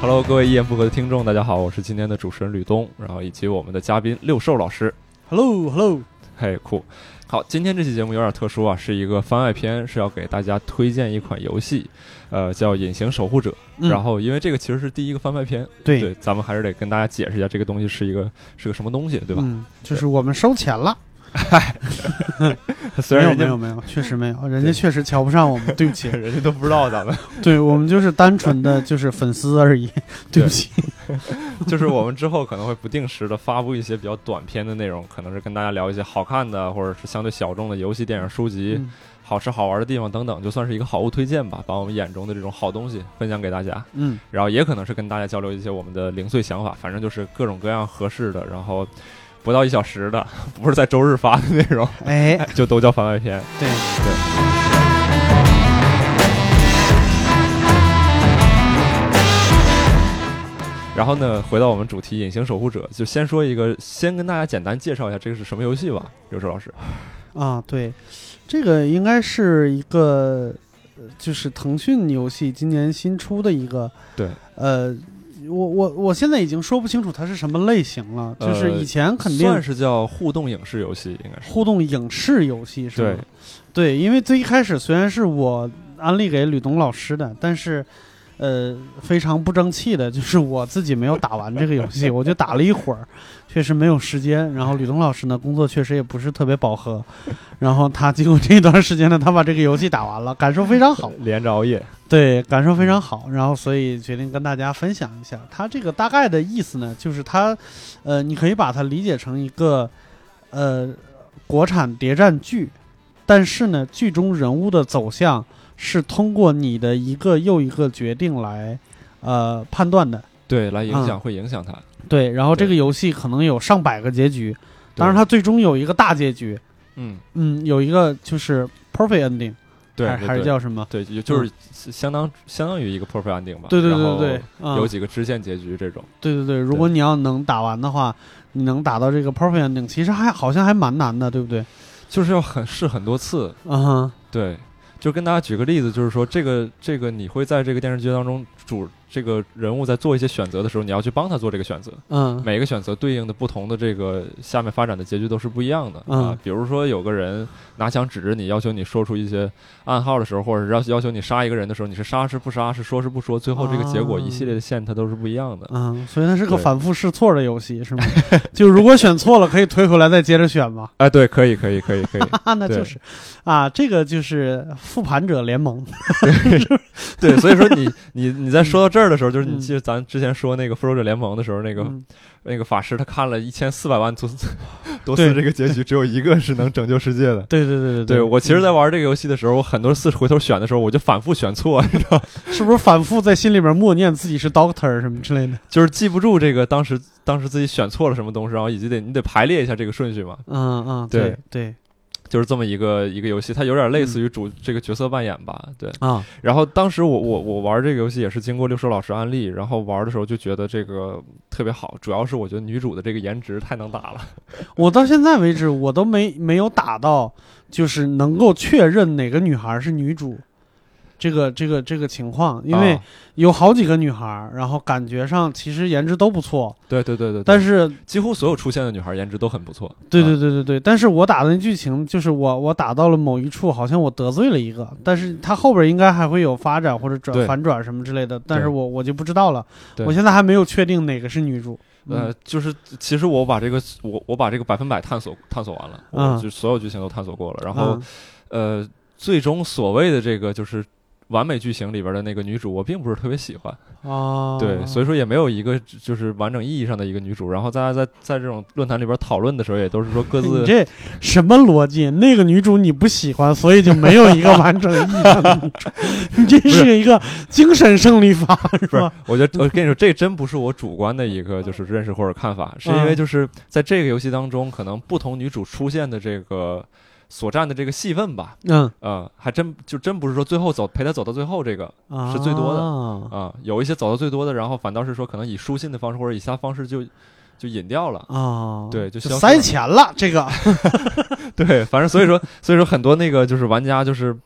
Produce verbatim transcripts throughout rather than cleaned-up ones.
Hello， 各位一言不合的听众，大家好，我是今天的主持人吕东，然后以及我们的嘉宾六兽老师。 Hello，Hello， 嘿，酷。好，今天这期节目有点特殊啊，是一个番外篇，是要给大家推荐一款游戏，呃，叫《隐形守护者》。嗯、然后，因为这个其实是第一个番外篇， 对对，咱们还是得跟大家解释一下这个东西是一个是个什么东西，对吧？ 嗯，就是我们收钱了。 嗨，虽然没有没有没有，确实没有，人家确实瞧不上我们，对不起， 人家都不知道咱们。 对，我们就是单纯的就是粉丝而已，对不起。 就是我们之后可能会不定时的发布一些比较短篇的内容，可能是跟大家聊一些好看的或者是相对小众的游戏、电影、书籍、嗯、好吃好玩的地方等等，就算是一个好物推荐吧，把我们眼中的这种好东西分享给大家。嗯，然后也可能是跟大家交流一些我们的零碎想法，反正就是各种各样合适的，然后不到一小时的，不是在周日发的内容， 哎， 就都叫番外篇。 对对。然后呢，回到我们主题《隐形守护者》，就先说一个，先跟大家简单介绍一下这个是什么游戏吧，刘志老师。 啊，对，这个应该是一个，就是腾讯游戏今年新出的一个， 对， 呃。我我我现在已经说不清楚它是什么类型了，呃、就是以前肯定算是叫互动影视游戏，应该是互动影视游戏是吧？ 对，对，因为最一开始虽然是我安利给吕东老师的，但是呃非常不争气的，就是我自己没有打完这个游戏，我就打了一会儿，确实没有时间。然后吕东老师呢，工作确实也不是特别饱和，然后他经过这一段时间呢，他把这个游戏打完了，感受非常好， 连着熬夜。 对，感受非常好，然后所以决定跟大家分享一下。它这个大概的意思呢，就是它，呃，你可以把它理解成一个，呃，国产谍战剧，但是呢，剧中人物的走向是通过你的一个又一个决定来，呃，判断的。 对，来影响、嗯、会影响它。 对，然后这个游戏可能有上百个结局，当然它最终有一个大结局。 嗯嗯，有一个就是 perfect ending。 对， 还, 还是叫什么？ 对，就是相当、嗯、相当于一个 perfect ending 吧。 对对对对， 嗯、有几个支线结局这种。 对对对，如果你要能打完的话，你能打到这个 perfect ending， 其实还好像还蛮难的，对不对？ 就是要很试很多次。 嗯哼， 对，就跟大家举个例子，就是说这个这个你会在这个电视剧当中主。这个人物在做一些选择的时候，你要去帮他做这个选择。嗯，每个选择对应的不同的这个下面发展的结局都是不一样的。嗯、啊，比如说有个人拿枪指着你，要求你说出一些暗号的时候，或者是要求你杀一个人的时候，你是杀是不杀，是说是不说，最后这个结果、啊、一系列的线它都是不一样的。 嗯，所以它是个反复试错的游戏，是吗？就如果选错了，可以推回来再接着选吗？ 哎，对，可以，可以，可以，可以。 那就是啊，这个就是复盘者联盟。 对, 对，所以说你你你在说到这儿的时候，就是你记得咱之前说那个复仇者联盟的时候，那个、嗯、那个法师他看了一千四百万多多次这个结局，只有一个是能拯救世界的。 对对对对对，我其实，在玩这个游戏的时候，我很多次回头选的时候，我就反复选错，你知道， 是不是反复在心里边默念自己是 Doctor 什么之类的， 就是记不住这个当时当时自己选错了什么东西，然后以及得你得排列一下这个顺序嘛。 嗯嗯， 对对。对就是这么一个一个游戏，它有点类似于主、嗯、这个角色扮演吧，对啊。 然后当时我我我玩这个游戏也是经过六叔老师安利，然后玩的时候就觉得这个特别好，主要是我觉得女主的这个颜值太能打了。 我到现在为止我都没没有打到，就是能够确认哪个女孩是女主。这个这个这个情况，因为有好几个女孩，然后感觉上其实颜值都不错。 对对对 对, 对， 但是几乎所有出现的女孩颜值都很不错。 对对对对对，啊、但是我打的那剧情就是我我打到了某一处，好像我得罪了一个，但是它后边应该还会有发展或者转反转什么之类的，但是我我就不知道了。我现在还没有确定哪个是女主。 呃，就是其实我把这个我我把这个百分百探索探索完了， 嗯、 我就所有剧情都探索过了，然后、嗯、呃，最终所谓的这个就是完美剧情里边的那个女主，我并不是特别喜欢。 哦， 对，所以说也没有一个就是完整意义上的一个女主。然后大家在在这种论坛里边讨论的时候，也都是说各自你这什么逻辑？那个女主你不喜欢，所以就没有一个完整意义上的女主。你这是一个精神胜利法，是吧？ 我觉得我跟你说，这真不是我主观的一个就是认识或者看法，是因为就是在这个游戏当中，可能不同女主出现的这个所占的这个戏份吧， 嗯呃，还真就真不是说最后走陪他走到最后这个是最多的啊、呃，有一些走到最多的，然后反倒是说可能以书信的方式或者以其他方式就就引掉了啊、 哦， 对，就就塞钱了这个， 对，反正所以说所以说很多那个就是玩家就是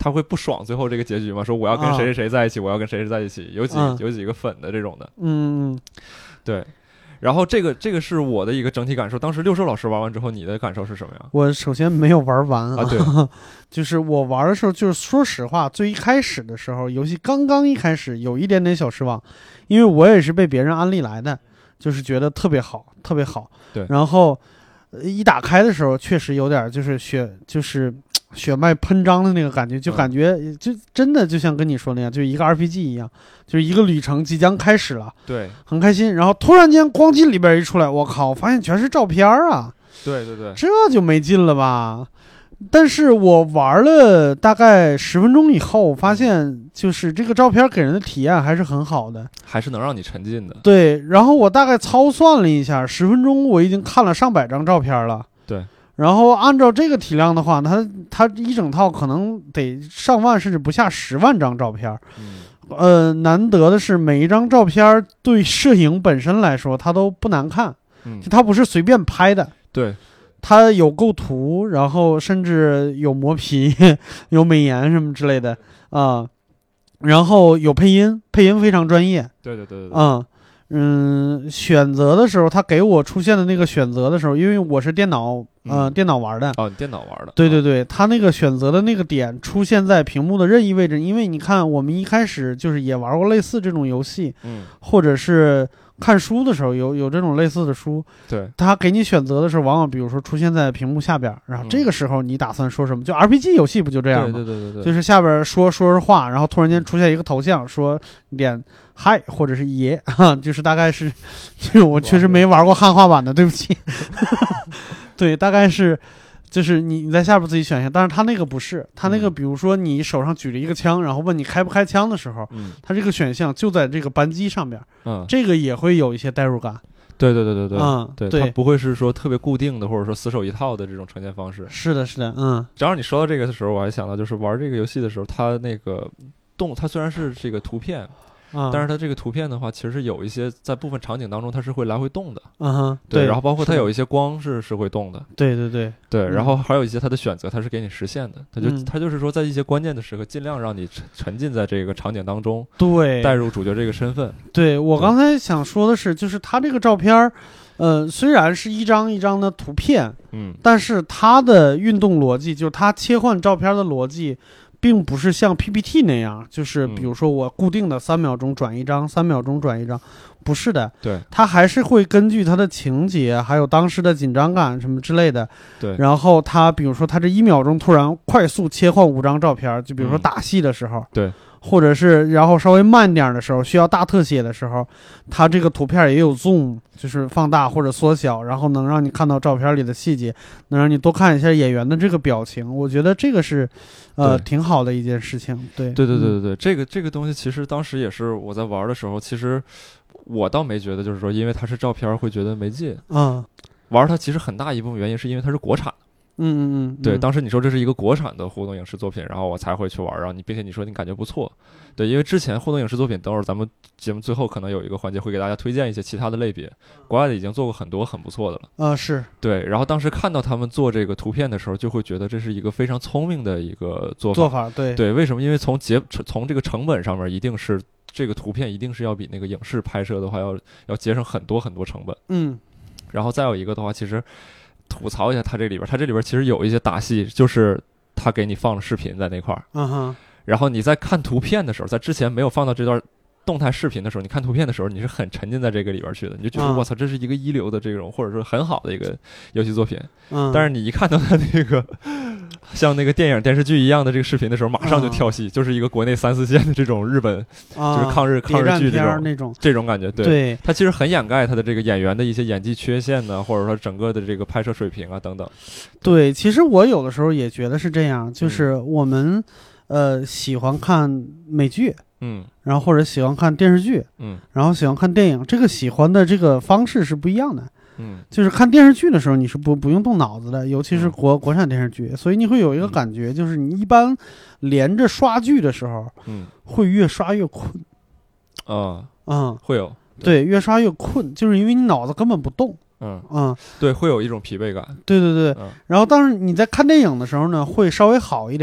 他会不爽最后这个结局吗？说我要跟谁谁谁在一起，啊、我要跟谁谁在一起，有几、嗯、有几个粉的这种的， 嗯， 对。然后这个这个是我的一个整体感受。当时六兽老师玩完之后，你的感受是什么呀？ 我首先没有玩完啊，对， 就是我玩的时候，就是说实话，最一开始的时候，游戏刚刚一开始有一点点小失望，因为我也是被别人安利来的，就是觉得特别好，特别好。 对， 然后一打开的时候，确实有点就是血就是血脉喷张的那个感觉，就感觉、嗯、就真的就像跟你说那样，就一个 R P G 一样，就是一个旅程即将开始了， 对， 很开心。然后突然间光进里边一出来，我靠，发现全是照片啊！ 对对对， 这就没劲了吧？但是我玩了大概十分钟以后，发现就是这个照片给人的体验还是很好的， 还是能让你沉浸的。 对，然后我大概操算了一下，十分钟我已经看了上百张照片了。 对。 然后按照这个体量的话，它它一整套可能得上万甚至不下十万张照片。 嗯， 呃，难得的是每一张照片对摄影本身来说它都不难看， 嗯， 就它不是随便拍的。 对， 它有构图，然后甚至有磨皮、有美颜什么之类的啊、呃，然后有配音，配音非常专业。 对对对对对， 嗯。嗯，选择的时候，他给我出现的那个选择的时候，因为我是电脑，呃， 嗯、 电脑玩的。 哦，你电脑玩的。 对对对，他那个选择的那个点出现在屏幕的任意位置，因为你看，我们一开始就是也玩过类似这种游戏， 嗯， 或者是看书的时候有有这种类似的书， 对， 他给你选择的时候，往往比如说出现在屏幕下边，然后这个时候你打算说什么？就 R P G 游戏不就这样吗？ 对对对对对， 就是下边说说着话，然后突然间出现一个头像，说点嗨或者是爷，哈，就是大概是，就是我确实没玩过汉化版的，对不起。对，大概是。就是你你在下边自己选一下，但是他那个不是，他那个比如说你手上举着一个枪，然后问你开不开枪的时候， 嗯， 他这个选项就在这个扳机上边， 嗯， 这个也会有一些代入感。 对对对对对， 嗯， 对， 对， 它不会是说特别固定的，或者说死手一套的这种呈现方式。 是的，是的，嗯。 正好你说到这个的时候，我还想到就是玩这个游戏的时候，它那个动，它虽然是这个图片。 嗯、 但是它这个图片的话，其实有一些在部分场景当中它是会来回动的， 嗯哼， 对，然后包括它有一些光是是会动的， 对对对对， 嗯、 然后还有一些它的选择它是给你实现的，它就、嗯、它就是说在一些关键的时刻尽量让你沉沉浸在这个场景当中， 对， 带入主角这个身份。 对，我刚才想说的是，就是它这个照片呃，虽然是一张一张的图片， 嗯， 但是它的运动逻辑，就是它切换照片的逻辑。并不是像 P P T 那样，就是比如说我固定的三秒钟转一张，三秒钟转一张，不是的， 对， 它还是会根据它的情节，还有当时的紧张感什么之类的， 对， 然后它比如说它这一秒钟突然快速切换五张照片，就比如说打戏的时候， 嗯、对。 或者是然后稍微慢点的时候，需要大特写的时候，它这个图片也有 zoom， 就是放大或者缩小，然后能让你看到照片里的细节，能让你多看一下演员的这个表情。我觉得这个是，呃，挺好的一件事情。对， 对对对对对，嗯、这个这个东西其实当时也是我在玩的时候，其实我倒没觉得就是说因为它是照片会觉得没劲。 嗯， 玩它其实很大一部分原因是因为它是国产。 嗯嗯嗯， 对，当时你说这是一个国产的互动影视作品，然后我才会去玩，然后你并且你说你感觉不错，对，因为之前互动影视作品，等会儿咱们节目最后可能有一个环节会给大家推荐一些其他的类别，国外的已经做过很多很不错的了， 啊、呃、是， 对，然后当时看到他们做这个图片的时候，就会觉得这是一个非常聪明的一个做法， 做法，对对，为什么？因为从节从这个成本上面，一定是这个图片一定是要比那个影视拍摄的话要要节省很多很多成本， 嗯， 然后再有一个的话，其实。吐槽一下它这里边，它这里边其实有一些打戏，就是他给你放了视频在那块儿， 嗯哼， 然后你在看图片的时候，在之前没有放到这段动态视频的时候，你看图片的时候，你是很沉浸在这个里边去的，你就觉得我操，这是一个一流的这种或者说很好的一个游戏作品。 嗯， 但是你一看到它那个像那个电影电视剧一样的这个视频的时候，马上就跳戏，就是一个国内三四线的这种日本就是抗日抗日剧这种那种这种感觉。对， 对， 它其实很掩盖它的这个演员的一些演技缺陷呢，或者说整个的这个拍摄水平啊等等。 对，其实我有的时候也觉得是这样，就是我们、嗯、呃喜欢看美剧。 嗯， 然后或者喜欢看电视剧， 嗯， 然后喜欢看电影，这个喜欢的这个方式是不一样的。 嗯， 就是看电视剧的时候，你是不不用动脑子的，尤其是国、嗯、国产电视剧，所以你会有一个感觉，就是你一般连着刷剧的时候， 嗯， 会越刷越困。 啊， 嗯， 会有， 对，越刷越困，就是因为你脑子根本不动。 嗯嗯， 对，会有一种疲惫感。 对对对， 嗯、 然后当时你在看电影的时候呢，会稍微好一点。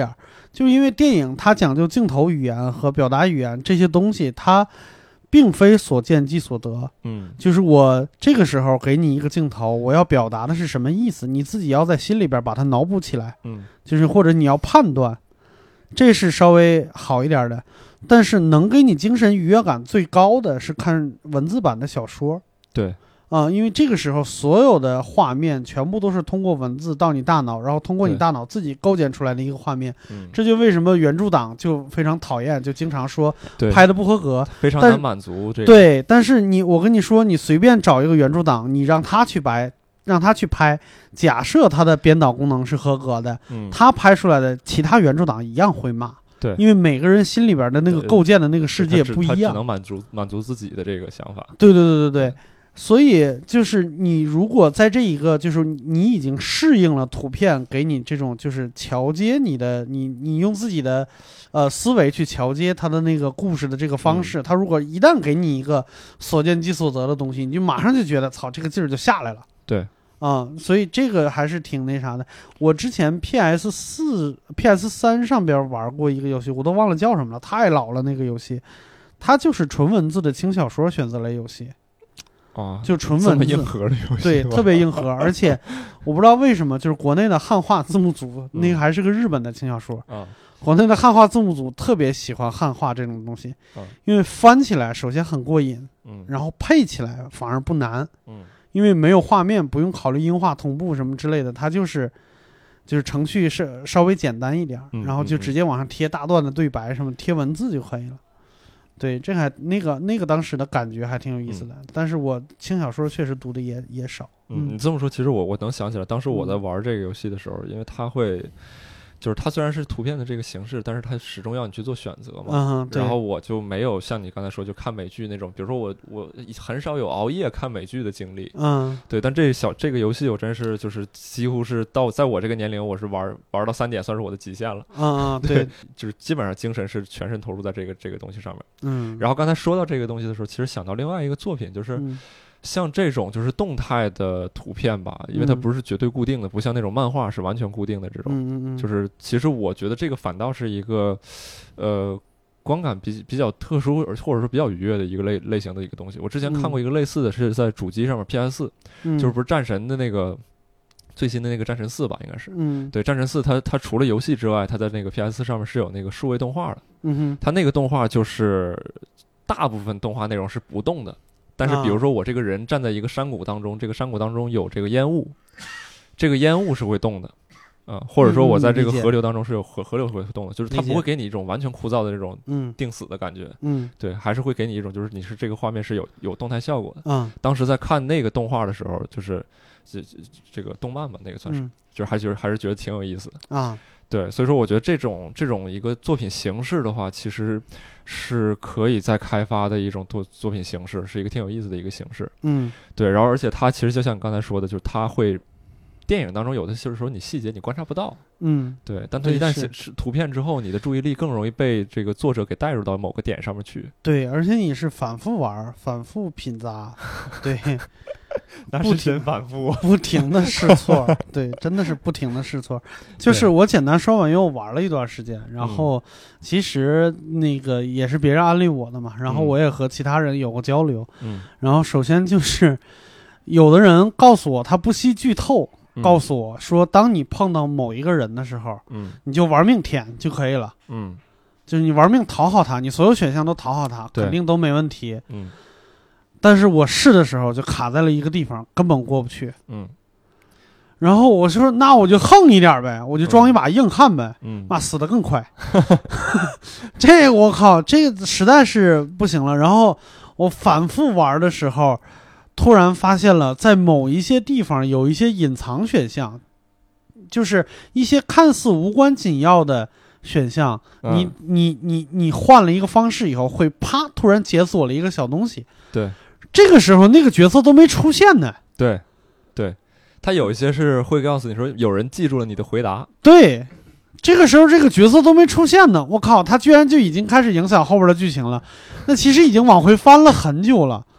就因为电影它讲究镜头语言和表达语言这些东西，它并非所见即所得。 嗯， 就是我这个时候给你一个镜头，我要表达的是什么意思，你自己要在心里边把它脑补起来。 嗯， 就是或者你要判断，这是稍微好一点的。但是能给你精神愉悦感最高的是看文字版的小说。 对。 啊、呃，因为这个时候所有的画面全部都是通过文字到你大脑，然后通过你大脑自己构建出来的一个画面。这就为什么原著党就非常讨厌，就经常说拍的不合格， 非常难满足这个。 对，但是你我跟你说，你随便找一个原著党，你让他去拍，让他去拍，假设他的编导功能是合格的， 嗯， 他拍出来的其他原著党一样会骂。 对， 因为每个人心里边的那个构建的那个世界不一样， 他只, 他只能满足满足自己的这个想法。 对对对对对。所以就是你如果在这一个就是你已经适应了图片给你这种就是桥接你的你你用自己的呃思维去桥接它的那个故事的这个方式，它、嗯、如果一旦给你一个所见即所得的东西，你就马上就觉得操这个劲儿就下来了。 对啊、嗯，所以这个还是挺那啥的。我之前 P S 四 P S 三上边玩过一个游戏，我都忘了叫什么了，太老了那个游戏，它就是纯文字的轻小说选择类游戏。 啊， 就纯文字， 硬核的游戏， 对，特别硬核，而且我不知道为什么，就是国内的汉化字幕组、嗯、那个还是个日本的轻小说啊， 国内的汉化字幕组特别喜欢汉化这种东西， 啊、 因为翻起来首先很过瘾， 嗯， 然后配起来反而不难， 嗯， 因为没有画面，不用考虑音画同步什么之类的，它就是就是程序是稍微简单一点， 嗯、 然后就直接往上贴大段的对白什么，贴文字就可以了。对，这还那个那个当时的感觉还挺有意思的，嗯、但是我轻小说确实读的也也少。 嗯，你这么说，其实我我能想起来，当时我在玩这个游戏的时候，嗯、因为它会，就是它虽然是图片的这个形式，但是它始终要你去做选择嘛。 嗯，对。 然后我就没有像你刚才说，就看美剧那种，比如说我我很少有熬夜看美剧的经历。 嗯， 对。但这小这个游戏，我真是就是几乎是到在我这个年龄，我是玩玩到三点，算是我的极限了。 嗯嗯， 对，就是基本上精神是全身投入在这个这个东西上面。 嗯。 然后刚才说到这个东西的时候，其实想到另外一个作品，就是。 嗯像这种就是动态的图片吧，因为它不是绝对固定的，嗯、不像那种漫画是完全固定的这种。 嗯嗯嗯。 就是其实我觉得这个反倒是一个，呃，观感比比较特殊，或者说比较愉悦的一个类类型的一个东西。我之前看过一个类似的，是在主机上面 P S 四、嗯，就是不是战神的那个最新的那个战神四吧，应该是。 嗯。 对，战神四它它除了游戏之外，它在那个 P S 四上面是有那个数位动画的。 嗯哼。 它那个动画就是大部分动画内容是不动的。但是比如说我这个人站在一个山谷当中，这个山谷当中有这个烟雾，这个烟雾是会动的，啊、呃，或者说我在这个河流当中是有河河流会动的，就是它不会给你一种完全枯燥的这种定死的感觉， 嗯， 对，还是会给你一种就是你是这个画面是有有动态效果的。 嗯， 当时在看那个动画的时候，就是这这个动漫吧，那个算是， 嗯、 就是还觉得还是觉得挺有意思的啊。 对，所以说我觉得这种这种一个作品形式的话，其实是可以再开发的一种作作品形式，是一个挺有意思的一个形式。 嗯， 对，然后而且它其实就像你刚才说的，就是它会电影当中有的就是说你细节你观察不到， 嗯， 对，但它一旦显示图片之后，你的注意力更容易被这个作者给带入到某个点上面去。 对，而且你是反复玩，反复品砸，对。 那是真反复， 不停的试错，对，真的是不停的试错。就是我简单说完，因为我玩了一段时间，然后其实那个也是别人安利我的嘛，然后我也和其他人有过交流。 嗯， 然后首先就是有的人告诉我他不惜剧透， 嗯、 告诉我说，当你碰到某一个人的时候， 嗯， 你就玩命舔就可以了。 嗯， 就是你玩命讨好他，你所有选项都讨好他，肯定都没问题。 嗯。 但是我试的时候就卡在了一个地方，根本过不去。 嗯， 然后我说那我就横一点呗，我就装一把硬汉呗。 嗯， 妈死得更快。这个我靠，这个实在是不行了。然后我反复玩的时候，突然发现了在某一些地方有一些隐藏选项，就是一些看似无关紧要的选项， 嗯、 你你你你换了一个方式以后，会啪突然解锁了一个小东西。 对。 这个时候那个角色都没出现呢。 对，对，他有一些是会告诉你说有人记住了你的回答。 对，这个时候这个角色都没出现呢。我靠，他居然就已经开始影响后边的剧情了。那其实已经往回翻了很久了。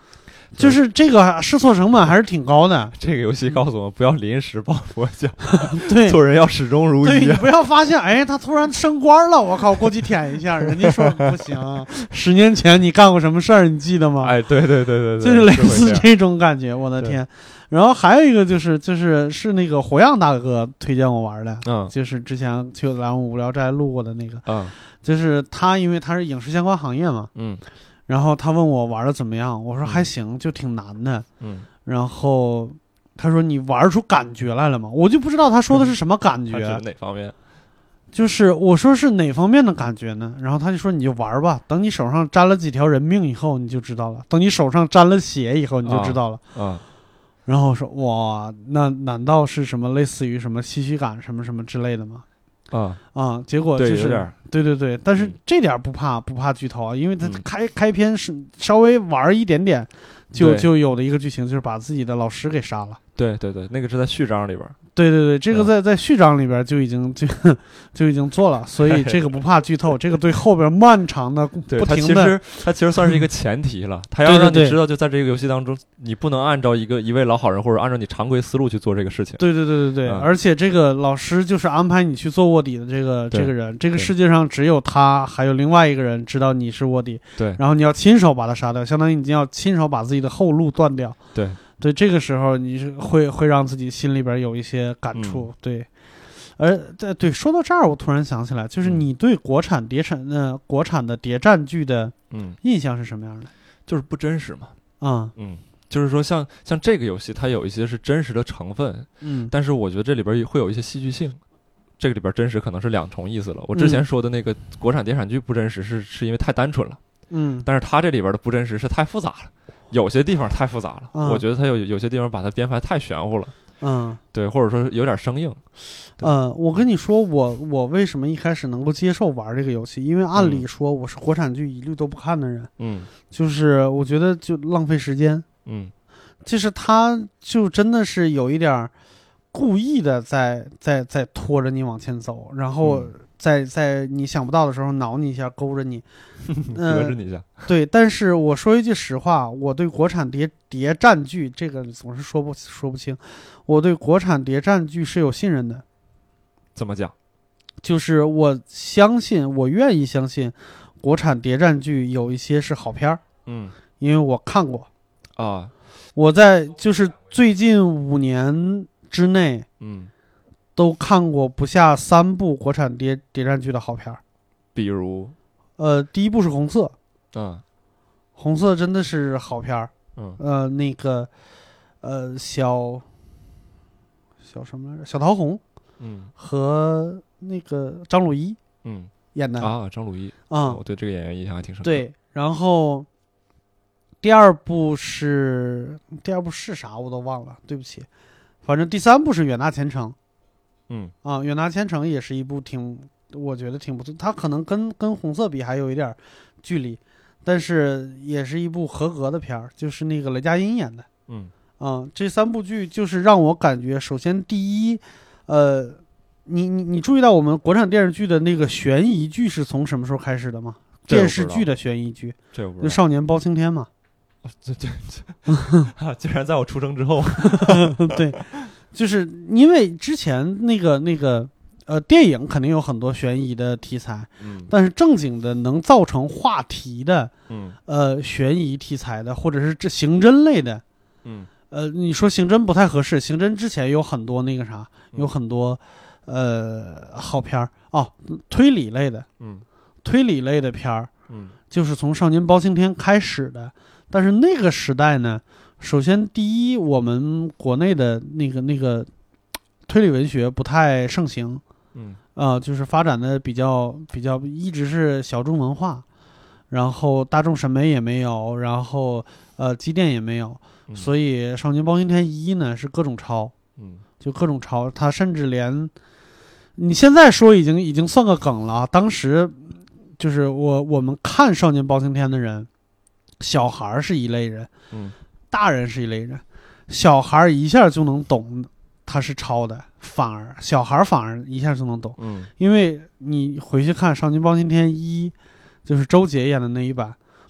就是这个试错成本还是挺高的。 这个游戏告诉我们不要临时抱佛脚， 对， 做人要始终如一。 对，你不要发现，哎，他突然升官了，我靠，过去舔一下，人家说不行，十年前你干过什么事儿，你记得吗？ 哎，对对对对对， 就是类似这种感觉，我的天。然后还有一个就是就是是那个火样大哥推荐我玩的，嗯，就是之前去咱们无聊斋录过的那个，嗯，就是他因为他是影视相关行业嘛，嗯，然后他问我玩的怎么样，我说还行，就挺难的，嗯，然后他说你玩出感觉来了吗？我就不知道他说的是什么感觉， 他指哪方面？ 就是我说是哪方面的感觉呢？然后他就说你就玩吧，等你手上沾了几条人命以后你就知道了，等你手上沾了血以后你就知道了，啊。啊然后说哇，那难道是什么类似于什么唏嘘感什么什么之类的吗？啊啊！结果就是对对对对，但是这点不怕不怕剧透啊，因为他开、嗯、开篇是稍微玩一点点，就就有的一个剧情就是把自己的老师给杀了。 对对对，那个是在序章里边。 对对对，这个在在序章里边就已经就就已经做了，所以这个不怕剧透，这个对后边漫长的不停的，它其实它其实算是一个前提了，它要让你知道，就在这个游戏当中，你不能按照一个一位老好人或者按照你常规思路去做这个事情。 对对对对对，嗯、而且这个老师就是安排你去做卧底的这个这个人，这个世界上只有他还有另外一个人知道你是卧底， 对， 然后你要亲手把他杀掉，相当于你要亲手把自己的后路断掉。 对。 对，这个时候你是会会让自己心里边有一些感触，嗯、对。而在对说到这儿，我突然想起来，就是你对国产谍产呃国产的谍战剧的印象是什么样的？ 就是不真实嘛。 啊、 嗯，嗯，就是说像像这个游戏，它有一些是真实的成分，嗯，但是我觉得这里边会有一些戏剧性。这个里边真实可能是两重意思了。我之前说的那个国产谍产剧不真实是，是是因为太单纯了，嗯，但是它这里边的不真实是太复杂了。有些地方太复杂了，嗯、我觉得它有有些地方把它编排太玄乎了，嗯，对，或者说有点生硬。 呃，我跟你说，我我为什么一开始能够接受玩这个游戏？因为按理说我是国产剧一律都不看的人，嗯，就是我觉得就浪费时间，嗯，就是他就真的是有一点故意的在在在拖着你往前走，然后。嗯在在你想不到的时候挠你一下，勾着你， 呃、着你一下。 对，但是我说一句实话，我对国产谍谍战剧这个总是说不说不清，我对国产谍战剧是有信任的。 怎么讲？ 就是我相信，我愿意相信，国产谍战剧有一些是好片儿。嗯，因为我看过啊，我在就是最近五年之内，嗯。都看过不下三部国产谍谍战剧的好片儿， 比如， 呃，第一部是《红色》，嗯，红色真的是好片儿，嗯，呃，那个，呃，小小什么来着？小桃红，嗯，和那个张鲁一，嗯，演的啊，张鲁一，啊、嗯，我对这个演员印象还挺深刻。 对，然后第二部是第二部是啥我都忘了，对不起，反正第三部是《远大前程》。嗯啊，《远大前程》也是一部挺，我觉得挺不错。它可能跟跟红色比还有一点距离，但是也是一部合格的片儿，就是那个雷佳音演的。嗯啊，这三部剧就是让我感觉，首先第一，呃，你你你注意到我们国产电视剧的那个悬疑剧是从什么时候开始的吗？电视剧的悬疑剧， 这我不知道， 就《少年包青天》嘛。 这这这，啊，竟然在我出生之后。 对。就是因为之前那个那个呃电影肯定有很多悬疑的题材，嗯，但是正经的能造成话题的，嗯，呃悬疑题材的或者是这刑侦类的，嗯，呃你说刑侦不太合适，刑侦之前有很多那个啥，有很多呃好片儿哦，推理类的，嗯，推理类的片儿，嗯，就是从《少年包青天》开始的，但是那个时代呢。首先，第一，我们国内的那个那个推理文学不太盛行，嗯，啊、呃，就是发展的比较比较，一直是小众文化，然后大众审美也没有，然后呃积淀也没有，嗯、所以《少年包青天一》呢是各种抄，嗯，就各种抄，他甚至连你现在说已经已经算个梗了，当时就是我我们看《少年包青天》的人，小孩是一类人，嗯。大人是一类人，小孩一下就能懂他是抄的，反而小孩反而一下就能懂，嗯，因为你回去看《少年包青天一》，就是周杰演的那一版，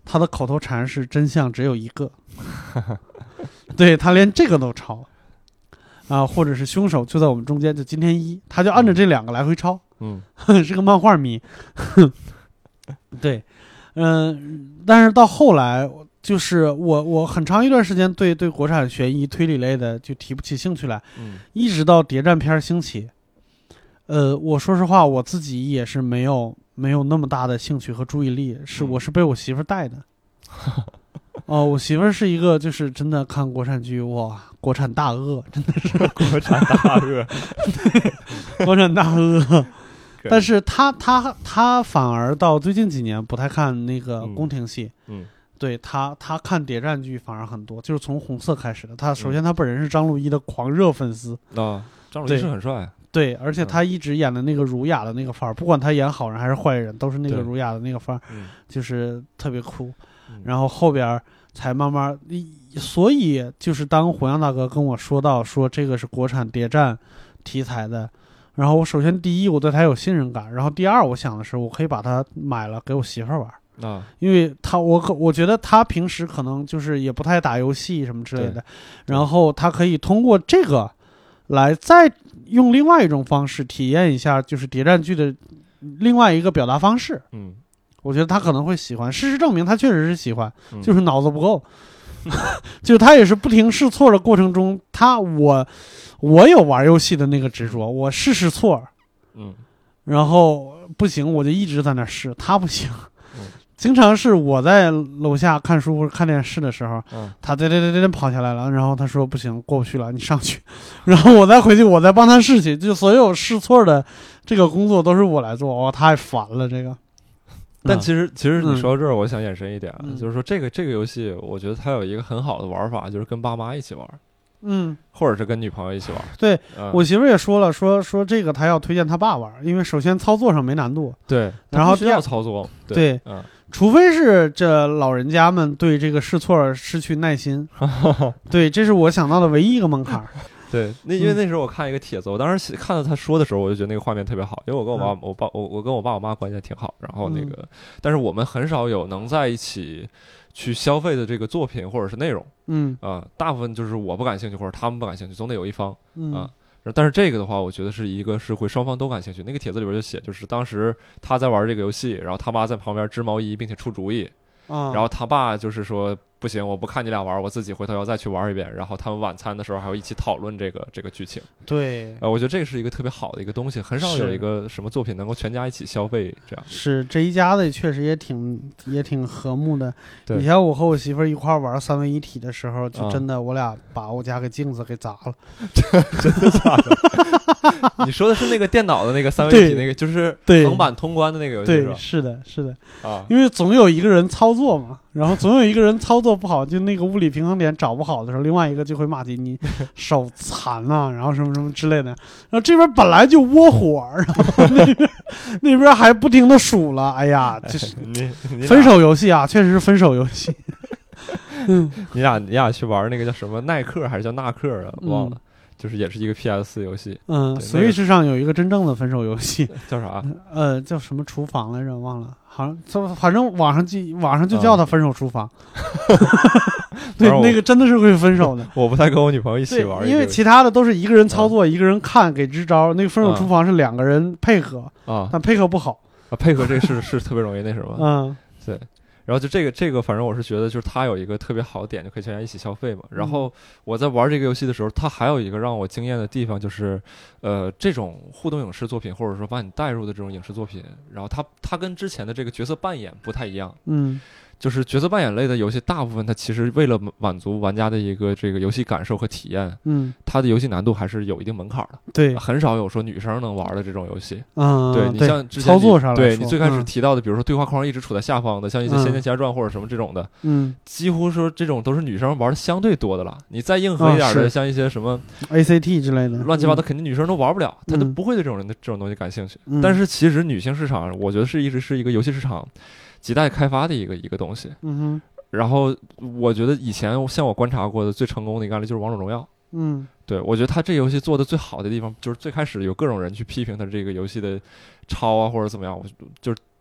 他的口头禅是真相只有一个，对他连这个都抄啊，或者是凶手就在我们中间，就今天一，他就按着这两个来回抄， 嗯， 是个漫画迷，对，嗯、呃，但是到后来，就是我我很长一段时间对对国产悬疑推理类的就提不起兴趣来， 嗯，一直到谍战片兴起，呃，我说实话，我自己也是没有没有那么大的兴趣和注意力，是我是被我媳妇带的。哦、呃，我媳妇是一个就是真的看国产剧，哇，国产大鳄，真的是国产大鳄， 国产大鳄。但是他他他反而到最近几年不太看那个宫廷戏， 嗯，嗯对他他看谍战剧反而很多，就是从红色开始的。他首先他本人是张鲁一的狂热粉丝啊、嗯哦，张鲁一是很帅。 对，而且他一直演的那个儒雅的那个范儿，不管他演好人还是坏人，都是那个儒雅的那个范儿，就是特别酷。然后后边才慢慢，所以就是当火阳大哥跟我说到说这个是国产谍战题材的，然后我首先第一我对他有信任感，然后第二我想的是我可以把它买了给我媳妇儿玩。 啊， 因为他我可我觉得他平时可能就是也不太打游戏什么之类的，然后他可以通过这个来再用另外一种方式体验一下就是谍战剧的另外一个表达方式。 嗯， 我觉得他可能会喜欢，事实证明他确实是喜欢， 嗯、 就是脑子不够，就是他也是不停试错的过程中，他我我有玩游戏的那个执着，我试试错， 嗯， 然后不行我就一直在那试，他不行。经常是我在楼下看书或者看电视的时候， 嗯， 他噔噔噔噔跑下来了，然后他说不行，过不去了，你上去，然后我再回去，我再帮他试去，就所有试错的这个工作都是我来做，哦，太烦了这个。 但其实，嗯、其实你说到这儿，我想延伸一点， 嗯、 就是说这个这个游戏，我觉得它有一个很好的玩法，就是跟爸妈一起玩。 嗯， 或者是跟女朋友一起玩。 对、 嗯、 我媳妇也说了，说说这个她要推荐她爸玩，因为首先操作上没难度， 对， 然后需要操作，对， 对嗯， 除非是这老人家们对这个试错失去耐心，对，这是我想到的唯一一个门槛。 对，那因为那时候我看一个帖子，我当时看到他说的时候，我就觉得那个画面特别好，因为我跟我爸、嗯、我爸我我跟我爸我妈关系还挺好，然后那个、嗯，但是我们很少有能在一起去消费的这个作品或者是内容， 嗯啊、呃，大部分就是我不感兴趣或者他们不感兴趣，总得有一方， 嗯啊。但是这个的话，我觉得是一个是会双方都感兴趣。那个帖子里边就写，就是当时他在玩这个游戏，然后他妈在旁边织毛衣，并且出主意， 啊， 然后他爸就是说不行，我不看你俩玩，我自己回头要再去玩一遍。然后他们晚餐的时候还要一起讨论这个这个剧情。 对， 呃，我觉得这个是一个特别好的一个东西，很少有一个什么作品能够全家一起消费这样。 是这一家子确实也挺也挺和睦的。 对， 以前我和我媳妇一块玩三位一体的时候，就真的我俩把我家给镜子给砸了。 真的假的？你说的是那个电脑的那个三位一体那个，就是横版通关的那个游戏是吧？ 对，是的，是的啊， 因为总有一个人操作嘛，然后总有一个人操作不好，就那个物理平衡点找不好的时候，另外一个就会骂起你手残啊，然后什么什么之类的。然后这边本来就窝火，然后那边那边还不停的数了，哎呀，就是分手游戏啊，确实是分手游戏。嗯， 你俩你俩去玩那个叫什么耐克还是叫纳克啊？忘了。 嗯， 就是也是一个 P S 四 游戏， 嗯 ，Switch 上有一个真正的分手游戏， 叫啥？ 呃，叫什么厨房来着？忘了，好像反正网上就网上就叫它分手厨房。嗯、对，那个真的是会分手的。 我不太跟我女朋友一起玩， 因为其他的都是一个人操作，嗯、一个人看给支招。那个分手厨房是两个人配合啊， 但配合不好啊，配合这个是是特别容易那什么。 嗯， 对。然后就这个这个，反正我是觉得，就是它有一个特别好的点，就可以全家一起消费嘛。然后我在玩这个游戏的时候，它还有一个让我惊艳的地方，就是呃，这种互动影视作品，或者说把你带入的这种影视作品，然后它它跟之前的这个角色扮演不太一样。 嗯。 就是角色扮演类的游戏，大部分它其实为了满足玩家的一个这个游戏感受和体验， 嗯， 它的游戏难度还是有一定门槛的。 对， 很少有说女生能玩的这种游戏。 嗯， 对，你像之前操作上来对你最开始提到的，比如说对话框一直处在下方的，像一些《仙剑奇侠传》或者什么这种的， 嗯， 几乎说这种都是女生玩的相对多的了。你再硬核一点的，像一些什么 A C T 之类的， 乱七八糟，肯定女生都玩不了，她都不会对这种人的这种东西感兴趣。但是其实女性市场，我觉得是一直是一个游戏市场亟待开发的一个一个东西。 嗯哼。 然后我觉得以前像我观察过的最成功的一个案例就是王者荣耀。 嗯， 对，我觉得他这游戏做的最好的地方就是最开始有各种人去批评他这个游戏的抄啊或者怎么样，我就是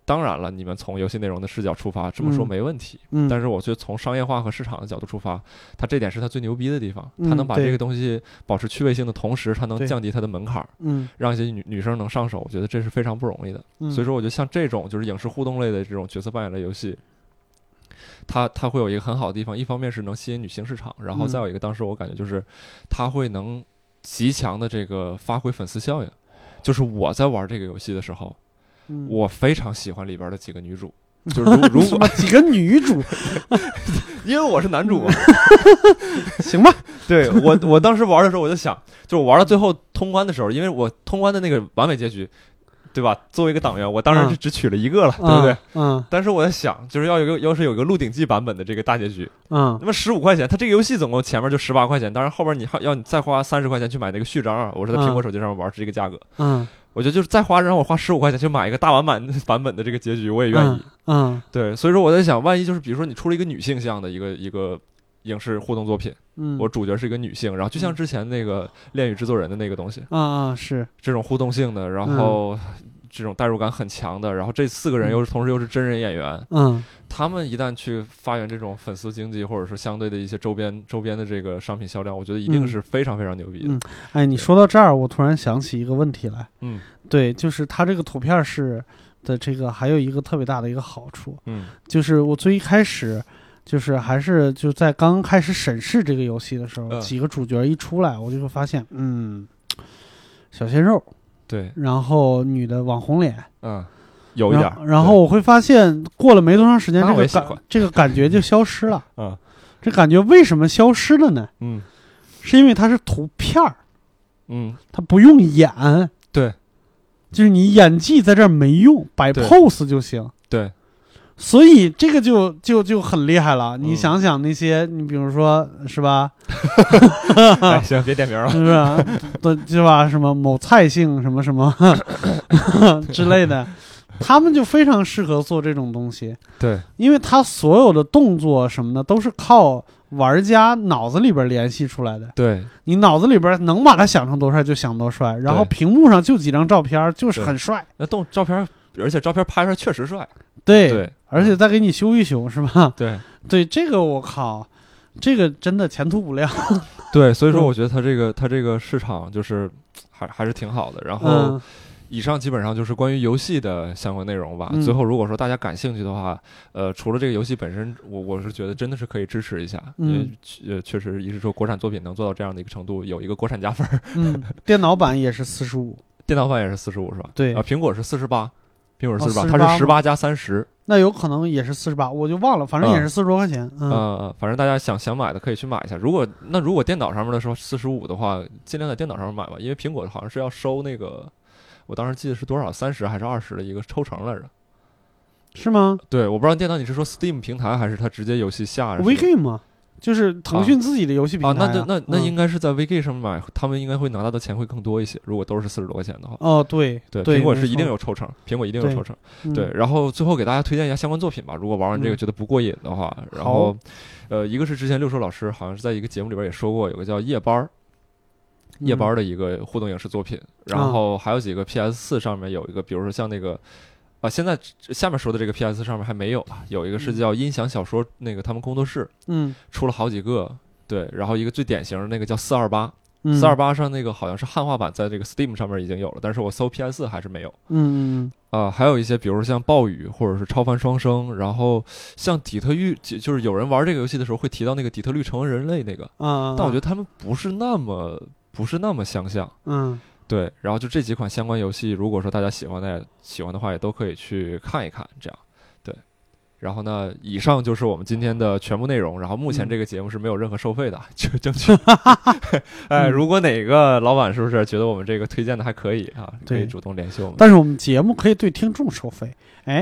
当然了，你们从游戏内容的视角出发，这么说没问题。 嗯， 但是我觉得从商业化和市场的角度出发，它这点是它最牛逼的地方。它能把这个东西保持趣味性的同时，它能降低它的门槛，嗯，让一些女女生能上手。我觉得这是非常不容易的。嗯、所以说，我觉得像这种就是影视互动类的这种角色扮演类游戏。它它会有一个很好的地方，一方面是能吸引女性市场，然后再有一个，当时我感觉就是它会能极强的这个发挥粉丝效应。就是我在玩这个游戏的时候，嗯、我非常喜欢里边的几个女主，就是如如果几个女主， 因为我是男主嘛， 行吧？ 对我我当时玩的时候，我就想，就是我玩到最后通关的时候，因为我通关的那个完美结局。对吧？作为一个党员，我当然是只取了一个了，嗯、对不对？ 嗯。 但是我在想，就是要有一个，要是有一个《鹿鼎记》版本的这个大结局， 嗯， 那么十五块钱，它这个游戏总共前面就十八块钱，当然后边你要你再花三十块钱去买那个序章啊，我是在苹果手机上面玩是这个价格， 嗯， 我觉得就是再花让我花十五块钱去买一个大完版版本的这个结局，我也愿意， 嗯，嗯对，所以说我在想，万一就是比如说你出了一个女性向的一个一个影视互动作品。 嗯， 我主角是一个女性，然后就像之前那个《恋与制作人》的那个东西， 啊啊、嗯、是这种互动性的，然后。嗯这种代入感很强的，然后这四个人又是同时又是真人演员， 嗯， 他们一旦去发源这种粉丝经济，或者说相对的一些周边周边的这个商品销量，我觉得一定是非常非常牛逼的。 嗯，哎，你说到这儿，我突然想起一个问题来， 嗯， 对，就是它这个图片式的这个还有一个特别大的一个好处， 嗯， 就是我最一开始就是还是就在刚刚开始审视这个游戏的时候， 嗯、 几个主角一出来，我就会发现，嗯，小鲜肉。 对， 然后女的网红脸， 嗯，有一点。 然后我会发现，过了没多长时间，这个感这个感觉就消失了。 嗯， 这感觉为什么消失了呢？ 嗯， 是因为它是图片儿， 嗯， 它不用演。 对， 就是你演技在这儿没用，摆 pose 就行。 对。 所以这个就就就很厉害了。你想想那些，嗯、你比如说是吧？ 哎，行，别点名了， 是吧？对，是吧？什么某蔡姓什么什么之类的，他们就非常适合做这种东西。 对， 因为他所有的动作什么的都是靠玩家脑子里边联系出来的。 对， 你脑子里边能把它想成多帅就想多帅，然后屏幕上就几张照片，就是很帅。 那动照片，而且照片拍出来确实帅。 对， 对， 而且再给你修一修，是吧？ 对， 对，这个我靠，这个真的前途无量。 对，所以说我觉得它这个它这个市场就是还还是挺好的。然后， 嗯、 以上基本上就是关于游戏的相关内容吧。 嗯、 最后，如果说大家感兴趣的话，呃，除了这个游戏本身，我我是觉得真的是可以支持一下， 嗯、 因为呃，确实一是说国产作品能做到这样的一个程度，有一个国产加分。 嗯，电脑版也是四十五， 电脑版也是四十五是吧？ 对， 啊，苹果是四十八。苹果是四十八， 哦、 它是十八加三十， 那有可能也是四十八，我就忘了，反正也是四十多块钱。嗯， 嗯嗯，反正大家想想买的可以去买一下。如果那如果电脑上面的时候四十五的话，尽量在电脑上面买吧，因为苹果好像是要收那个，我当时记得是多少三十还是二十的一个抽成来着， 是吗？ 对，我不知道电脑你是说 Steam 平台还是它直接游戏下 ？WeGame 吗？就是腾讯自己的游戏平台啊, 啊, 啊那那那应该是在 WeGame 上面买，嗯、他们应该会拿到的钱会更多一些。如果都是四十多块钱的话， 哦，对对， 对苹果是一定有抽成，苹果一定有抽成。对, 对、嗯，然后最后给大家推荐一下相关作品吧。如果玩完这个觉得不过瘾的话，嗯、然后，呃，一个是之前六叔老师好像是在一个节目里边也说过，有个叫夜班儿，夜班的一个互动影视作品，嗯、然后还有几个 P S 四 上面有一个，比如说像那个。啊，现在下面说的这个 P S 上面还没有啊，有一个是叫音响小说，那个他们工作室， 嗯， 出了好几个，对，然后一个最典型的那个叫四二八，四二八上那个好像是汉化版，在这个 Steam 上面已经有了，但是我搜 P S 四 还是没有， 嗯嗯啊、呃，还有一些比如像暴雨或者是超凡双生，然后像底特律，就是有人玩这个游戏的时候会提到那个底特律成为人类那个， 啊， 但我觉得他们不是那么不是那么相像， 嗯。 对，然后就这几款相关游戏，如果说大家喜欢的喜欢的话，也都可以去看一看，这样，对。然后呢，以上就是我们今天的全部内容。然后目前这个节目是没有任何收费的，就争取。哎，如果哪个老板是不是觉得我们这个推荐的还可以啊，可以主动联系我们。 但是我们节目可以对听众收费，哎，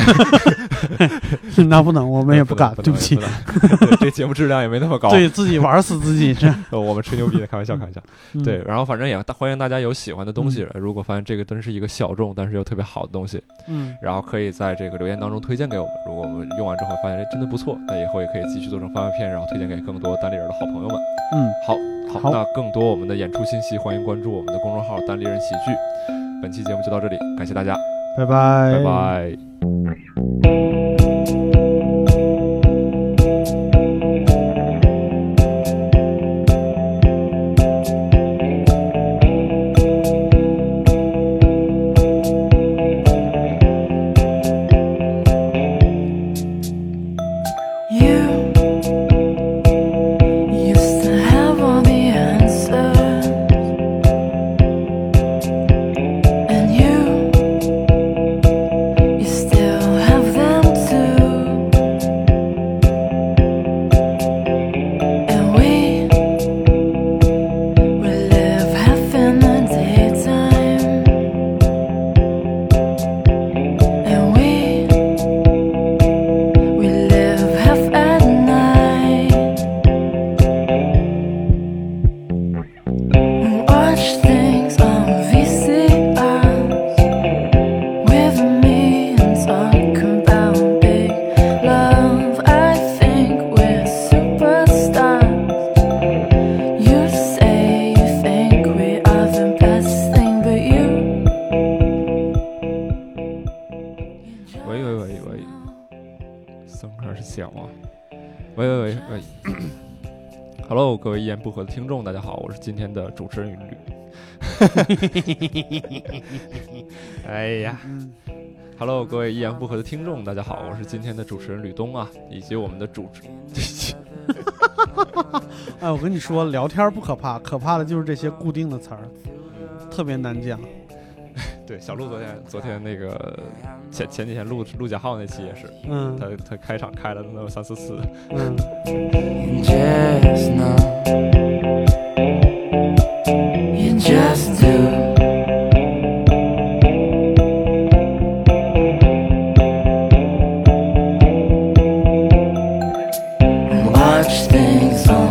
那不能，我们也不敢，对不起， 对这节目质量也没那么高， 对自己玩死自己这呃，我们吹牛逼的，开玩笑，开玩笑。嗯、对，然后反正也欢迎大家有喜欢的东西，嗯、如果发现这个真是一个小众但是又特别好的东西， 嗯， 然后可以在这个留言当中推荐给我们。如果我们用完之后发现这真的不错，那以后也可以继续做成番外篇，然后推荐给更多单立人的好朋友们。 嗯， 好，好，那更多我们的演出信息，欢迎关注我们的公众号“单立人喜剧”。本期节目就到这里，感谢大家， 拜拜， 拜拜。 Hello， 各位一言不合的听众，大家好，我是今天的主持人吕。哎呀 ，Hello， 各位一言不合的听众，大家好，我是今天的主持人吕东啊，以及我们的主持。 哎，我跟你说，聊天不可怕，可怕的就是这些固定的词儿，特别难讲。 对，小鹿昨天昨天那个前前几天录陆家浩那期也是， 嗯， 他他开场开了能有三四次， 嗯。 You just do. Watch things on